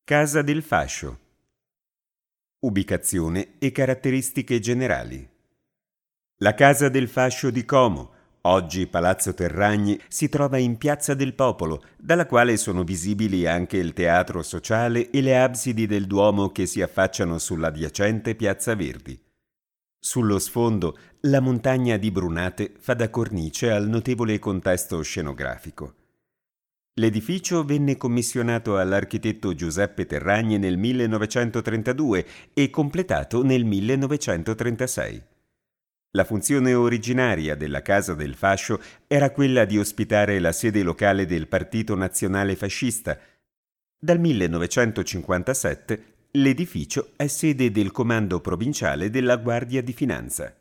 Casa del Fascio. Ubicazione e caratteristiche generali. La Casa del Fascio di Como, oggi Palazzo Terragni, si trova in Piazza del Popolo, dalla quale sono visibili anche il Teatro Sociale e le absidi del Duomo che si affacciano sull'adiacente Piazza Verdi. Sullo sfondo, la montagna di Brunate fa da cornice al notevole contesto scenografico. L'edificio venne commissionato all'architetto Giuseppe Terragni nel 1932 e completato nel 1936. La funzione originaria della Casa del Fascio era quella di ospitare la sede locale del Partito Nazionale Fascista. Dal 1957 l'edificio è sede del Comando Provinciale della Guardia di Finanza.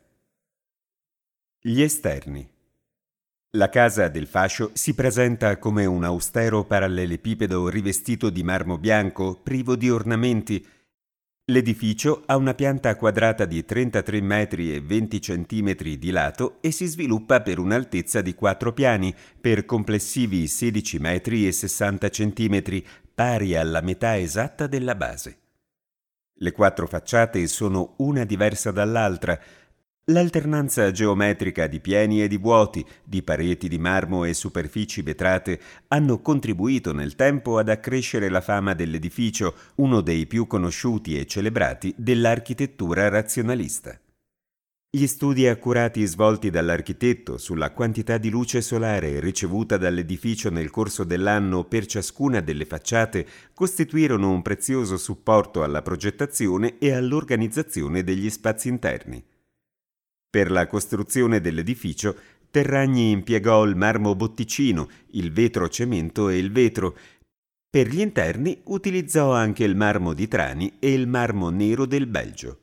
Gli esterni. La Casa del Fascio si presenta come un austero parallelepipedo rivestito di marmo bianco, privo di ornamenti. L'edificio ha una pianta quadrata di 33 metri e 20 centimetri di lato e si sviluppa per un'altezza di 4 piani, per complessivi 16 metri e 60 centimetri, pari alla metà esatta della base. Le 4 facciate sono una diversa dall'altra. L'alternanza geometrica di pieni e di vuoti, di pareti di marmo e superfici vetrate hanno contribuito nel tempo ad accrescere la fama dell'edificio, uno dei più conosciuti e celebrati dell'architettura razionalista. Gli studi accurati svolti dall'architetto sulla quantità di luce solare ricevuta dall'edificio nel corso dell'anno per ciascuna delle facciate costituirono un prezioso supporto alla progettazione e all'organizzazione degli spazi interni. Per la costruzione dell'edificio, Terragni impiegò il marmo botticino, il vetro cemento e il vetro. Per gli interni utilizzò anche il marmo di Trani e il marmo nero del Belgio.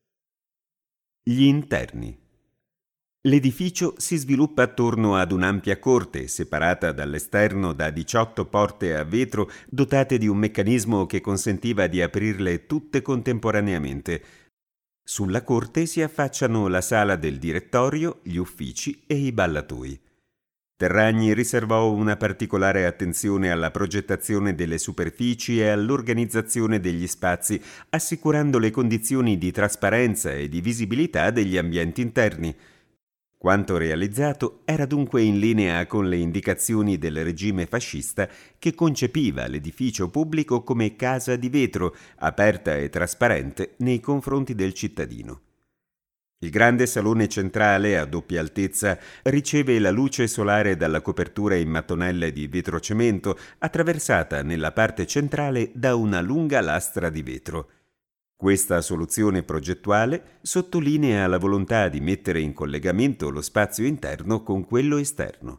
Gli interni. L'edificio si sviluppa attorno ad un'ampia corte, separata dall'esterno da 18 porte a vetro dotate di un meccanismo che consentiva di aprirle tutte contemporaneamente. Sulla corte si affacciano la sala del direttorio, gli uffici e i ballatoi. Terragni riservò una particolare attenzione alla progettazione delle superfici e all'organizzazione degli spazi, assicurando le condizioni di trasparenza e di visibilità degli ambienti interni. Quanto realizzato era dunque in linea con le indicazioni del regime fascista che concepiva l'edificio pubblico come casa di vetro, aperta e trasparente nei confronti del cittadino. Il grande salone centrale a doppia altezza riceve la luce solare dalla copertura in mattonelle di vetrocemento, attraversata nella parte centrale da una lunga lastra di vetro. Questa soluzione progettuale sottolinea la volontà di mettere in collegamento lo spazio interno con quello esterno.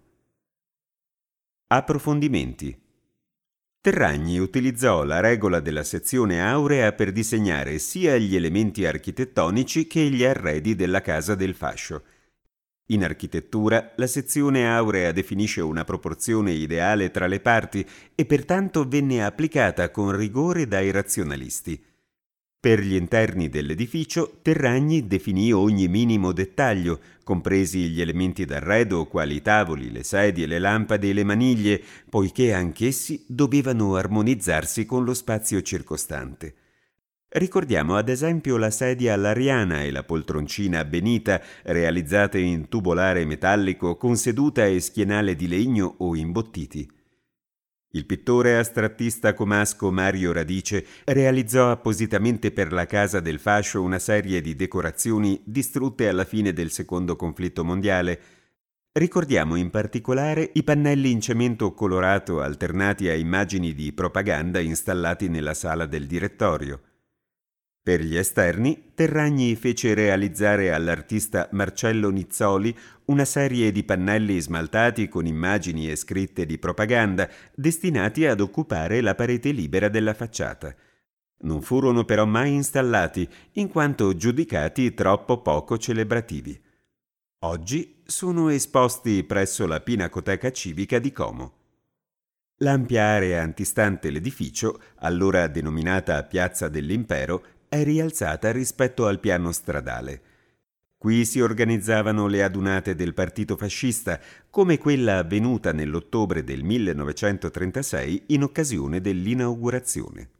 Approfondimenti. Terragni utilizzò la regola della sezione aurea per disegnare sia gli elementi architettonici che gli arredi della Casa del Fascio. In architettura, la sezione aurea definisce una proporzione ideale tra le parti e pertanto venne applicata con rigore dai razionalisti. Per gli interni dell'edificio, Terragni definì ogni minimo dettaglio, compresi gli elementi d'arredo quali i tavoli, le sedie, le lampade e le maniglie, poiché anch'essi dovevano armonizzarsi con lo spazio circostante. Ricordiamo ad esempio la sedia all'ariana e la poltroncina benita, realizzate in tubolare metallico con seduta e schienale di legno o imbottiti. Il pittore astrattista comasco Mario Radice realizzò appositamente per la Casa del Fascio una serie di decorazioni distrutte alla fine del Secondo conflitto mondiale. Ricordiamo in particolare i pannelli in cemento colorato alternati a immagini di propaganda installati nella sala del direttorio. Per gli esterni, Terragni fece realizzare all'artista Marcello Nizzoli una serie di pannelli smaltati con immagini e scritte di propaganda destinati ad occupare la parete libera della facciata. Non furono però mai installati, in quanto giudicati troppo poco celebrativi. Oggi sono esposti presso la Pinacoteca Civica di Como. L'ampia area antistante l'edificio, allora denominata Piazza dell'Impero, è rialzata rispetto al piano stradale. Qui si organizzavano le adunate del partito fascista, come quella avvenuta nell'ottobre del 1936 in occasione dell'inaugurazione.